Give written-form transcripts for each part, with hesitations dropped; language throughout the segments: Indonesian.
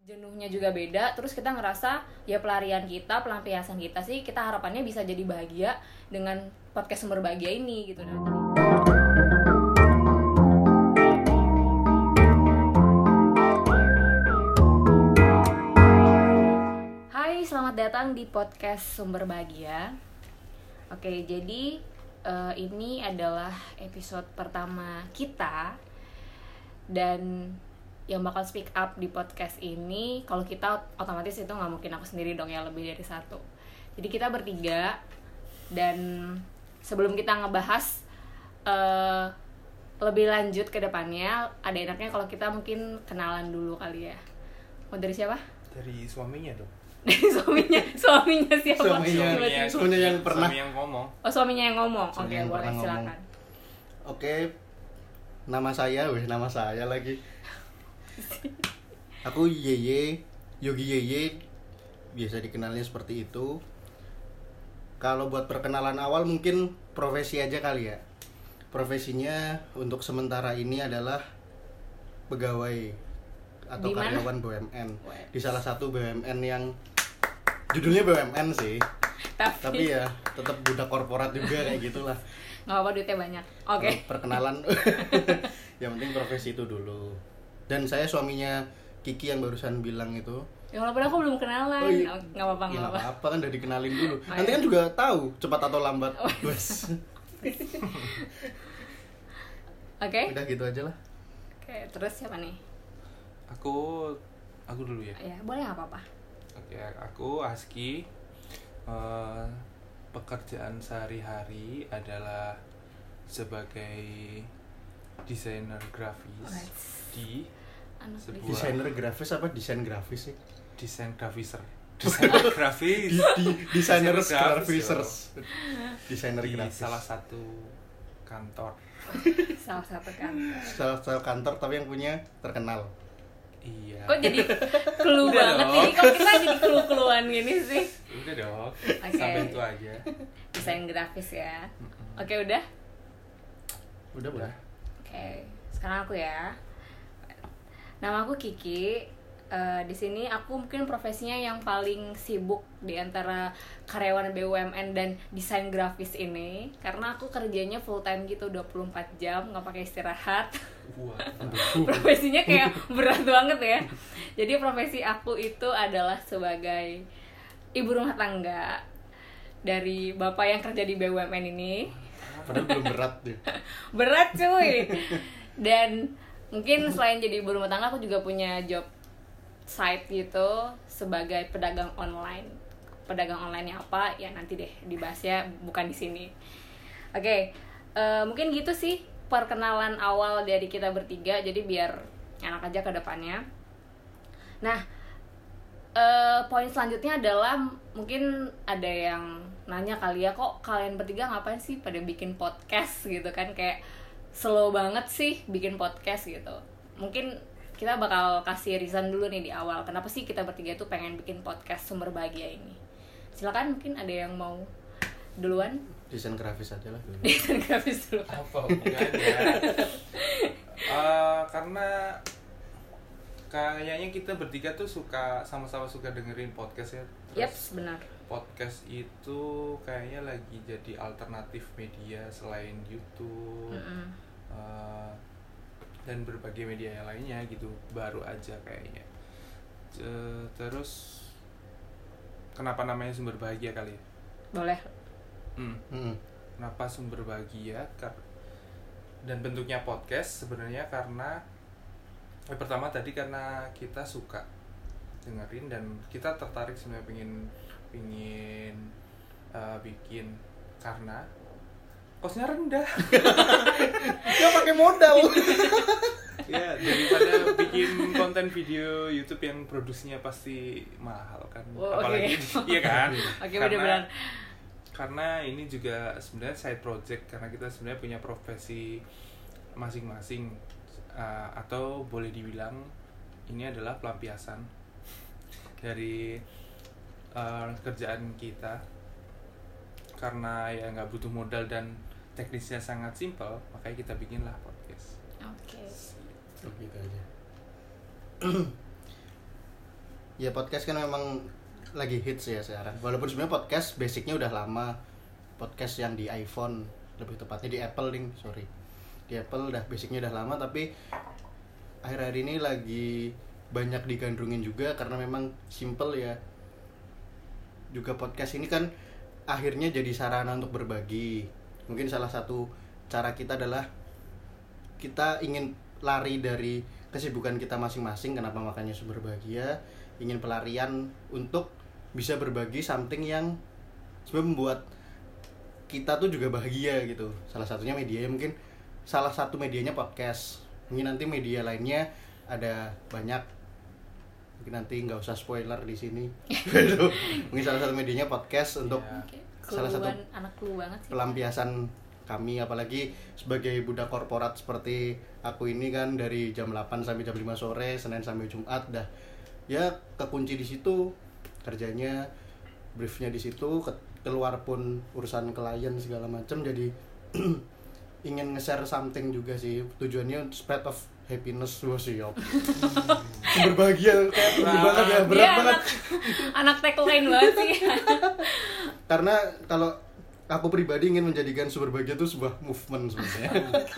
jenuhnya juga beda. Terus kita ngerasa ya pelampiasan kita sih, kita harapannya bisa jadi bahagia dengan podcast Sumber Bahagia ini gitu. Hai, selamat datang di podcast Sumber Bahagia. Oke, jadi ini adalah episode pertama kita. Dan yang bakal speak up di podcast ini, kalau kita otomatis itu nggak mungkin aku sendiri dong, ya lebih dari satu. Jadi kita bertiga. Dan sebelum kita ngebahas lebih lanjut ke depannya, ada enaknya kalau kita mungkin kenalan dulu kali ya. Mau dari siapa? Dari suaminya dong. Dari suaminya siapa? Suaminya yang pernah. Suami yang ngomong. Oh, suaminya yang ngomong. Oke, Yang boleh, pernah silakan. Oke, nama saya lagi. Aku Yeye, Yogi Yeye, biasa dikenalnya seperti itu. Kalau buat perkenalan awal mungkin profesi aja kali ya. Profesinya untuk sementara ini adalah pegawai atau Dimana? karyawan BUMN. Di salah satu BUMN yang judulnya BUMN sih. Tapi ya tetap budak korporat juga kayak gitulah. Nggak apa-apa, duitnya banyak. Oke. Perkenalan. Yang penting profesi itu dulu. Dan saya suaminya Kiki yang barusan bilang itu. Ya walaupun aku belum kenalan. Oh, iya. Nggak apa-apa, Ya nggak nggak apa-apa. apa-apa kan udah dikenalin dulu. Oh, Nanti iya. kan juga tahu cepat atau lambat. Bos. Oke. Udah gitu aja lah. Oke, terus siapa nih? Aku dulu ya. Ya, boleh nggak apa-apa. Oke, aku Aski. Pekerjaan sehari-hari adalah sebagai desainer grafis di Anak sebuah Desainer grafis apa desain grafis sih? desain grafiser. Desainer grafis. Desainer grafis, grafisers. Desainer di grafis. salah satu kantor. Salah satu kan. Salah satu kantor tapi yang punya terkenal. Iya. Kok jadi clue Udah banget dong. nih? Kok kita jadi clue-cluean gini sih? Udah dong. Oke. Sampai itu aja. Desain grafis ya. Oke, udah? Udah boleh. Oke, sekarang aku ya. Nama aku Kiki. Di sini aku mungkin profesinya yang paling sibuk di antara karyawan BUMN dan desain grafis ini, karena aku kerjanya full time gitu, 24 jam nggak pakai istirahat. Wah. Profesinya kayak berat banget ya. Jadi profesi aku itu adalah sebagai ibu rumah tangga dari bapak yang kerja di BUMN ini. Padahal belum berat deh. Berat cuy. Dan mungkin selain jadi ibu rumah tangga, aku juga punya job site gitu sebagai pedagang online. Pedagang online-nya apa ya nanti deh dibahasnya, bukan di sini. Oke, mungkin gitu sih perkenalan awal dari kita bertiga, jadi biar enak aja ke depannya. Nah, poin selanjutnya adalah mungkin ada yang nanya kali ya, kok kalian bertiga ngapain sih pada bikin podcast gitu kan, kayak slow banget sih bikin podcast gitu. Mungkin kita bakal kasih reason dulu nih di awal, kenapa sih kita bertiga tuh pengen bikin podcast Sumber Bahagia ini. Silakan, mungkin ada yang mau duluan. Desain grafis aja lah dulu. Desain grafis dulu. Apa hubungannya? Karena kayaknya kita bertiga tuh sama-sama suka dengerin podcast ya. Yaps, benar. Podcast itu kayaknya lagi jadi alternatif media selain YouTube. Dan berbagai media yang lainnya gitu, baru aja kayaknya. Terus kenapa namanya Sumber Bahagia kali ya? Boleh. Kenapa Sumber Bahagia? Dan bentuknya podcast sebenarnya karena pertama tadi karena kita suka dengerin dan kita tertarik sebenarnya pingin bikin karena kosnya rendah. Ya pakai modal. Ya, daripada bikin konten video YouTube yang produksinya pasti mahal kan. Oh, Apalagi okay. iya kan? Oke, benar-benar. Karena ini juga sebenarnya side project, karena kita sebenarnya punya profesi masing-masing, atau boleh dibilang ini adalah pelampiasan dari kerjaan kita. Karena ya nggak butuh modal dan teknisnya sangat simpel, makanya kita bikinlah podcast. Oke. Begitu aja. Ya podcast kan memang lagi hits ya sekarang. Walaupun sebenarnya podcast basicnya udah lama. Podcast yang di iPhone, lebih tepatnya di Apple nih, sorry. Di Apple udah basicnya udah lama, tapi akhir-akhir ini lagi banyak digandrungin juga karena memang simple ya. Juga podcast ini kan akhirnya jadi sarana untuk berbagi. Mungkin salah satu cara kita adalah kita ingin lari dari kesibukan kita masing-masing. Kenapa makanya Sumber Bahagia ingin pelarian untuk bisa berbagi something yang sebenarnya membuat kita tuh juga bahagia gitu. Salah satunya medianya, mungkin salah satu medianya podcast. Mungkin nanti media lainnya ada banyak. Mungkin nanti nggak usah spoiler di sini. Mungkin salah satu medianya podcast untuk salah satu anak clue banget sih. Pelampiasan kami, apalagi sebagai budak korporat seperti aku ini kan, dari jam 8 sampai jam 5 sore, Senin sampai Jumat dah ya kekunci di situ kerjanya, briefnya di situ, keluar pun urusan klien segala macam. Jadi ingin nge-share something juga sih, tujuannya spread of happiness. Siap. Berbahagia kayak banget ya, berat Dia banget. Anak tagline banget sih. Karena kalau aku pribadi ingin menjadikan Sumber Bahagia itu sebuah movement sebenarnya.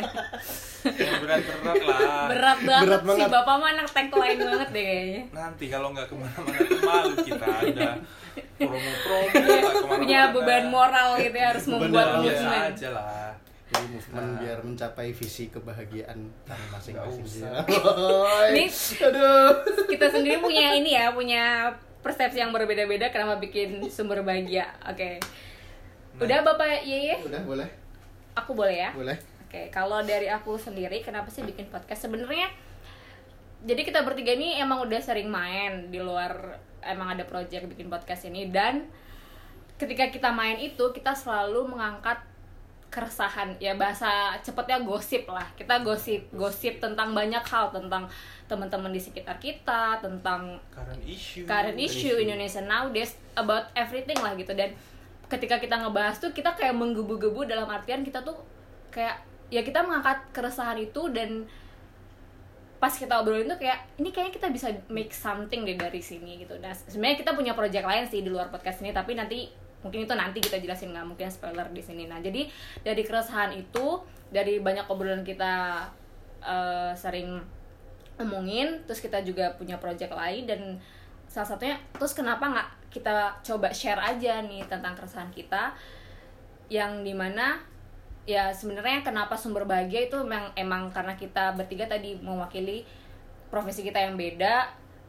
Berat-berat lah. Berat banget Berat sih, banget. Bapak mah anak tagline banget deh kayaknya. Nanti kalau nggak kemana-mana tuh malu kita, ada promo-promo nggak kemana-mana. Punya beban moral gitu ya, harus Beban membuat moral, biasa movement. aja lah. Jadi movement biar mencapai visi kebahagiaan kami masing-masing. Nggak usah. Ini Aduh. kita sendiri punya ini ya, punya persepsi yang berbeda-beda kenapa bikin Sumber Bahagia. Oke. Udah Bapak Yeye? Udah boleh? Aku boleh ya? Boleh. Oke, kalau dari aku sendiri kenapa sih bikin podcast? Sebenarnya jadi kita bertiga ini emang udah sering main di luar, emang ada project bikin podcast ini, dan ketika kita main itu kita selalu mengangkat keresahan, ya bahasa cepatnya gosip lah. Kita gosip tentang banyak hal, tentang teman-teman di sekitar kita, tentang current issue Indonesia nowadays, about everything lah gitu. Dan ketika kita ngebahas tuh kita kayak menggebu-gebu, dalam artian kita tuh kayak ya kita mengangkat keresahan itu, dan pas kita obrolin tuh kayak ini kayaknya kita bisa make something deh dari sini gitu. Nah sebenarnya kita punya project lain sih di luar podcast ini, tapi nanti mungkin itu nanti kita jelasin, nggak mungkin spoiler di sini. Nah jadi dari keresahan itu, dari banyak obrolan kita sering omongin, terus kita juga punya project lain, dan salah satunya terus kenapa nggak kita coba share aja nih tentang keresahan kita, yang dimana ya sebenarnya kenapa Sumber Bahagia itu emang karena kita bertiga tadi mewakili profesi kita yang beda,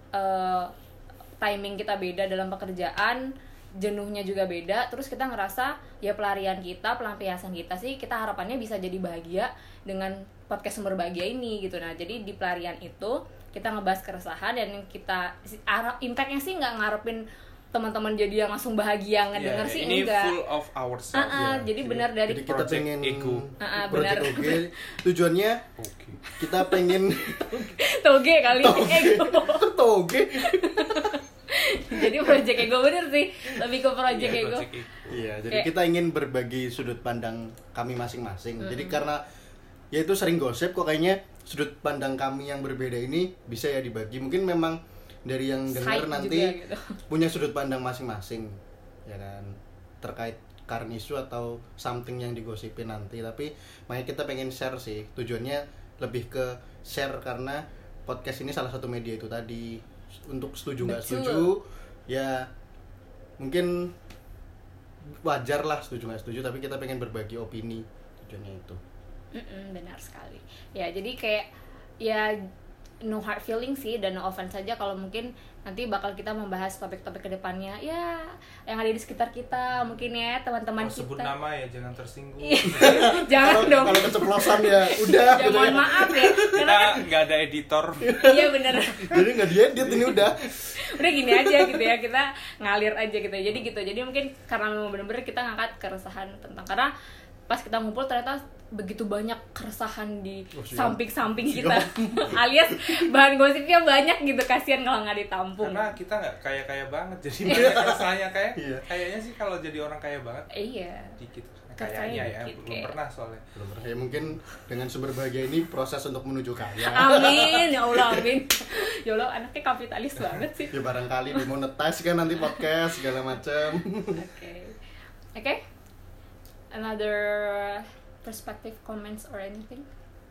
timing kita beda dalam pekerjaan, jenuhnya juga beda. Terus kita ngerasa ya pelarian kita, pelampiasan kita sih, kita harapannya bisa jadi bahagia dengan podcast Sumber Bahagia ini gitu. Nah jadi di pelarian itu kita ngebahas keresahan, dan kita impactnya sih nggak ngarepin teman-teman jadi yang langsung bahagia ngedenger sih, ini enggak. full of ourselves. Jadi benar dari Jadi kita Project pengen Ego. Project benar. Oke. Tujuannya Oke. kita pengen toge kali ego. toge. Jadi project ego bener sih, lebih ke project ego. Iya, jadi Kayak- kita ingin berbagi sudut pandang kami masing-masing. Jadi karena ya itu sering gosip kok, kayaknya sudut pandang kami yang berbeda ini bisa ya dibagi. Mungkin memang dari yang dengar Side nanti juga gitu. punya sudut pandang masing-masing, ya kan, terkait current issue atau something yang digosipin nanti. Tapi makanya kita pengen share sih, tujuannya lebih ke share karena podcast ini salah satu media itu tadi. Untuk setuju nggak Betul. setuju ya mungkin wajar lah, setuju nggak setuju, tapi kita pengen berbagi opini, tujuannya itu. Benar sekali. Ya jadi kayak ya no hard feeling sih, dan no offense saja kalau mungkin nanti bakal kita membahas topik-topik kedepannya ya yang ada di sekitar kita, mungkin ya teman-teman Kalau sebut kita. nama ya jangan tersinggung. Jangan dong. Kalau keceplosan ya udah Ya gitu mohon ya. maaf ya. Kita Karena kan nggak ada editor. iya bener. Jadi nggak diedit ini udah. Udah gini aja gitu ya, kita ngalir aja gitu. Jadi gitu. Jadi mungkin karena memang bener-bener kita ngangkat keresahan tentang, karena pas kita ngumpul ternyata begitu banyak keresahan di Oh, siap. samping-samping kita. Alias bahan gosipnya banyak gitu, kasihan kalau nggak ditampung. Karena kita nggak kaya-kaya banget, jadi banyak rasanya kayak Iya. kayaknya sih kalau jadi orang kaya banget Iya. dikit. kayaknya ya, dikit, belum kayak. pernah soalnya. Belum pernah. Ya mungkin dengan sumber bahagia ini proses untuk menuju kaya. Amin, ya Allah, amin. Ya Allah, anaknya kapitalis banget sih. Ya barangkali dimonetize kan nanti podcast segala macam. Oke. Another perspective, comments or anything?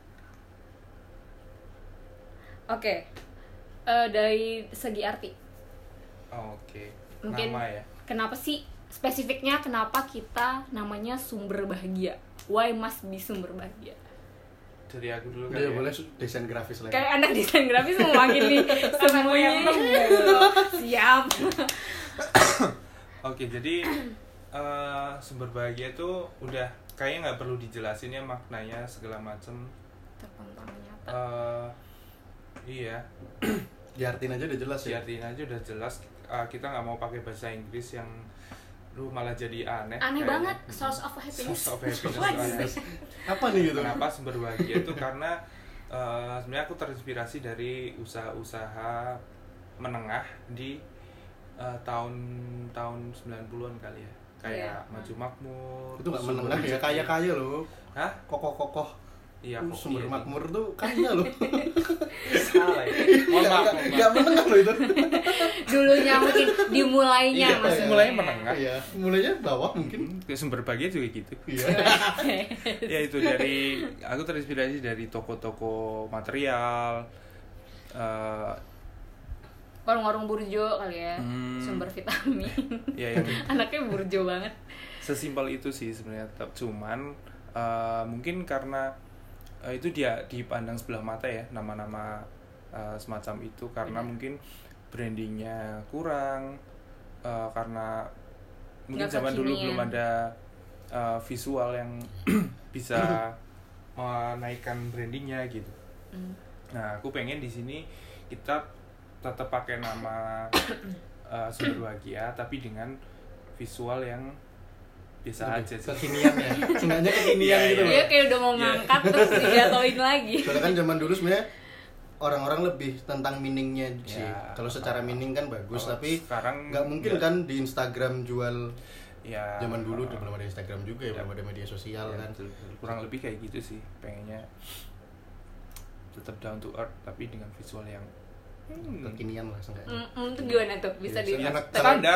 Oke. Dari segi arti. Oh, oke. Mungkin Nama ya. kenapa sih spesifiknya kenapa kita namanya sumber bahagia? Why must be sumber bahagia? Dari aku dulu kan Dia ya. boleh desain grafis lagi. Kayak anak desain grafis mewakili semuanya. Siap. Oke, jadi sumber bahagia itu udah kayaknya nggak perlu dijelasin ya maknanya segala macem. Terpampang nyata. Iya, Diartiin aja udah jelas ya. diartiin aja udah jelas. Kita nggak mau pakai bahasa Inggris yang lu malah jadi aneh. Aneh kayaknya. banget, source of happiness. Source of happiness. What? Aneh. Apa nih gitu? Kenapa sumber bahagia itu karena sebenarnya aku terinspirasi dari usaha-usaha menengah di tahun-tahun 90-an kali ya. Kayak Iya. Maju Makmur. Itu nggak Sumber menengah ya, Rezeki. kaya-kaya loh. Hah? Kokoh-kokoh. Iya, Sumber iya. makmur tuh kaya loh. Salah ya. Mohon maaf, mohon Nggak maaf. menengah loh itu. Dulunya mungkin dimulainya Iya, maksudnya. mulainya menengah. Iya, mulainya bawah mungkin. Kayak sumber bahagia juga gitu. Iya. Ya itu dari aku terinspirasi dari toko-toko material. Warung-warung burjo kali ya, sumber vitamin. Ya yang Anaknya burjo banget. sesimpel itu sih sebenarnya. Cuman mungkin karena itu dia dipandang sebelah mata ya nama-nama semacam itu karena mungkin brandingnya kurang, karena mungkin Nggak zaman dulu kekinian. belum ada visual yang bisa menaikkan brandingnya gitu. Nah, aku pengen di sini kita tetap pakai nama sumber bahagia tapi dengan visual yang biasa aja sih. Kekinian ya. Sengaja kekinian Iya, gitu loh. Dia kayak udah mau Iya. ngangkat terus dijatuhin lagi. Soalnya kan zaman dulu sebenarnya orang-orang lebih tentang meaningnya sih. Ya, Kalau secara meaning kan bagus, kalau tapi sekarang nggak mungkin nggak. kan di Instagram jual. Ya, Zaman dulu udah belum ada Instagram juga ya, Ya. belum ada media sosial ya, kan. betul. Kurang lebih kayak gitu sih pengennya tetap down to earth tapi dengan visual yang Kekinian lah seenggaknya. Itu gimana tuh? Bisa di Biasanya anak standar.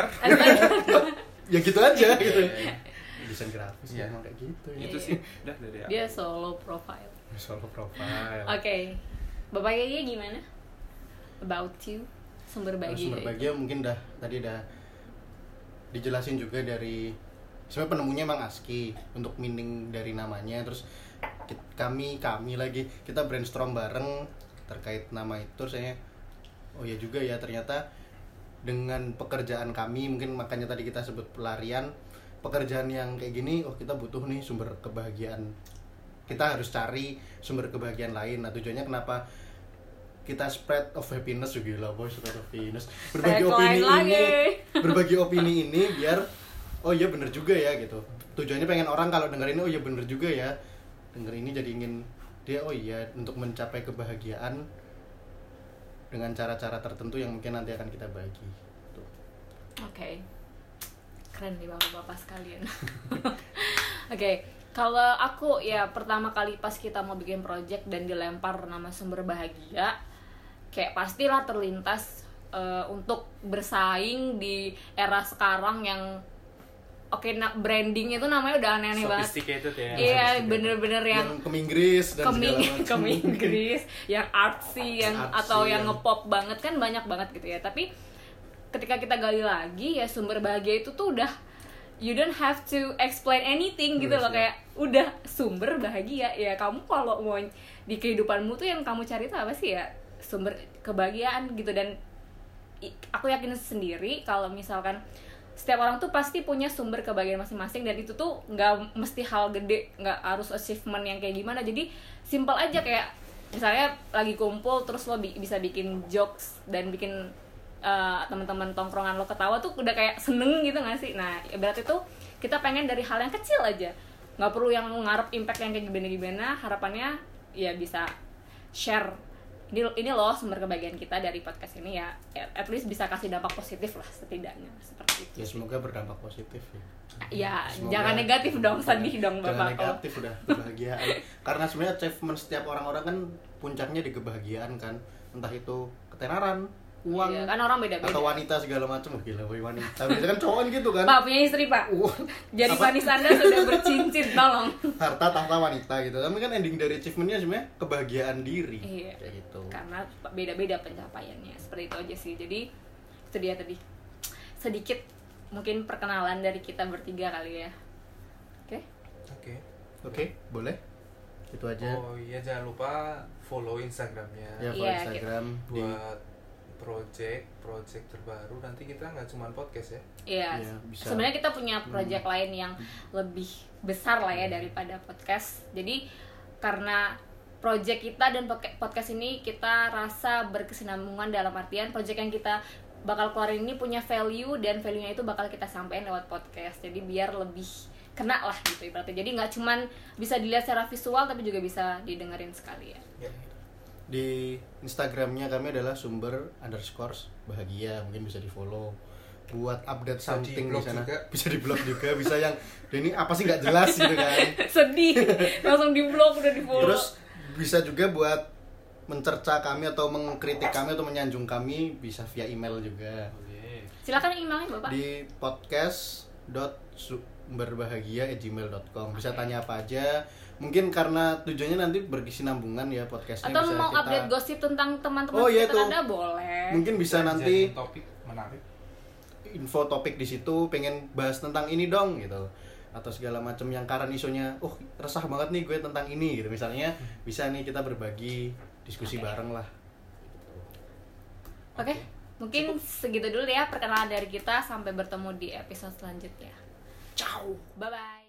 Ya gitu aja gitu. Desain grafis Iya. emang kayak gitu ya. Itu sih udah dari aku. Dia solo profile. Solo profile. Oke. Bapak Yaya gimana? About you, sumber Kalau bahagia. sumber bahagia mungkin tadi udah dijelasin juga dari sebenarnya penemunya emang ASCII untuk meaning dari namanya. Terus kami lagi kita brainstorm bareng terkait nama itu. Saya oh ya juga ya ternyata dengan pekerjaan kami mungkin makanya tadi kita sebut pelarian, pekerjaan yang kayak gini kita butuh nih sumber kebahagiaan, kita harus cari sumber kebahagiaan lain. Nah tujuannya kenapa kita spread of happiness juga lah boy, spread of happiness, berbagi opini ini biar oh iya bener juga ya gitu. Tujuannya pengen orang kalau denger ini oh iya bener juga ya, denger ini jadi ingin dia oh iya untuk mencapai kebahagiaan dengan cara-cara tertentu yang mungkin nanti akan kita bagi. Tuh. Oke. Keren nih bapak-bapak sekalian. Oke, kalau aku ya pertama kali pas kita mau bikin project dan dilempar nama sumber bahagia, kayak pastilah terlintas untuk bersaing di era sekarang yang branding itu namanya udah aneh-aneh banget. Sophisticated ya. Iya, bener-bener yang ke Inggris dan segala macam. ke Inggris, yang artsy, yang Artsy, atau yang yang- ngepop banget kan banyak banget gitu ya. Tapi ketika kita gali lagi ya sumber bahagia itu tuh udah you don't have to explain anything gitu loh, kayak udah sumber bahagia ya. Kamu kalau mau di kehidupanmu tuh yang kamu cari tuh apa sih ya? Sumber kebahagiaan gitu. Dan aku yakin sendiri kalau misalkan setiap orang tuh pasti punya sumber kebahagiaan masing-masing, dan itu tuh nggak mesti hal gede, nggak harus achievement yang kayak gimana. Jadi simple aja, kayak misalnya lagi kumpul terus lo bisa bikin jokes dan bikin teman-teman tongkrongan lo ketawa tuh udah kayak seneng gitu nggak sih? Nah berarti tuh kita pengen dari hal yang kecil aja, nggak perlu yang ngarep impact yang kayak gimana-gimana. Harapannya ya bisa share ini loh sumber kebahagiaan kita dari podcast ini ya, at least bisa kasih dampak positif lah setidaknya seperti itu. Ya semoga berdampak positif ya. Ya, Semoga jangan negatif dong, sedih dong Jangan Bapak. negatif udah, kebahagiaan. Karena sebenarnya achievement setiap orang-orang kan puncaknya di kebahagiaan kan. Entah itu ketenaran, uang, Iya, kan orang beda-beda. atau wanita segala macam. Gila, woy, wanita. Biasanya kan cowok gitu kan. Pak punya istri Pak. Jadi Apa? manis Anda sudah bercincin, tolong. Harta tahta wanita gitu. Tapi kan ending dari achievementnya sebenarnya kebahagiaan diri. Iya. Kayak gitu. Karena beda-beda pencapaiannya. Seperti itu aja sih. Jadi itu dia tadi. Sedikit mungkin perkenalan dari kita bertiga kali ya. Oke? Oke. Oke, boleh. Itu aja. Oh iya, jangan lupa follow Instagramnya Ya, follow Iya, Instagram di buat project terbaru. Nanti kita nggak cuma podcast ya. Iya. Iya, bisa. Sebenarnya kita punya project lain yang lebih besar lah ya daripada podcast. Jadi karena project kita dan podcast ini kita rasa berkesinambungan, dalam artian project yang kita bakal keluarin ini punya value, dan value-nya itu bakal kita sampaikan lewat podcast. Jadi biar lebih kena lah gitu ibaratnya. Jadi nggak cuman bisa dilihat secara visual tapi juga bisa didengerin sekali ya. Di Instagramnya kami adalah @sumber_bahagia, mungkin bisa di follow buat update Bisa something di di-blog sana. juga. Bisa di blog juga, bisa yang ini apa sih nggak jelas gitu kan. Sedih, langsung di blog udah di follow. Terus bisa juga buat mencerca kami atau mengkritik kami atau menyanjung kami, bisa via email juga Oke. silakan emailnya Bapak. di podcast.sumberbahagia@gmail.com. Bisa tanya apa aja. Mungkin karena tujuannya nanti berkesinambungan ya podcastnya. Atau bisa mau kita, update gosip tentang teman-teman Oh, iya sekitar tuh. Anda boleh. mungkin bisa Jadi nanti topik menarik. info topik di situ, pengen bahas tentang ini dong gitu, atau segala macam yang current isunya. Resah banget nih gue tentang ini gitu misalnya. Bisa nih kita berbagi diskusi bareng lah. Oke, mungkin segitu dulu ya perkenalan dari kita. Sampai bertemu di episode selanjutnya. Ciao, bye bye.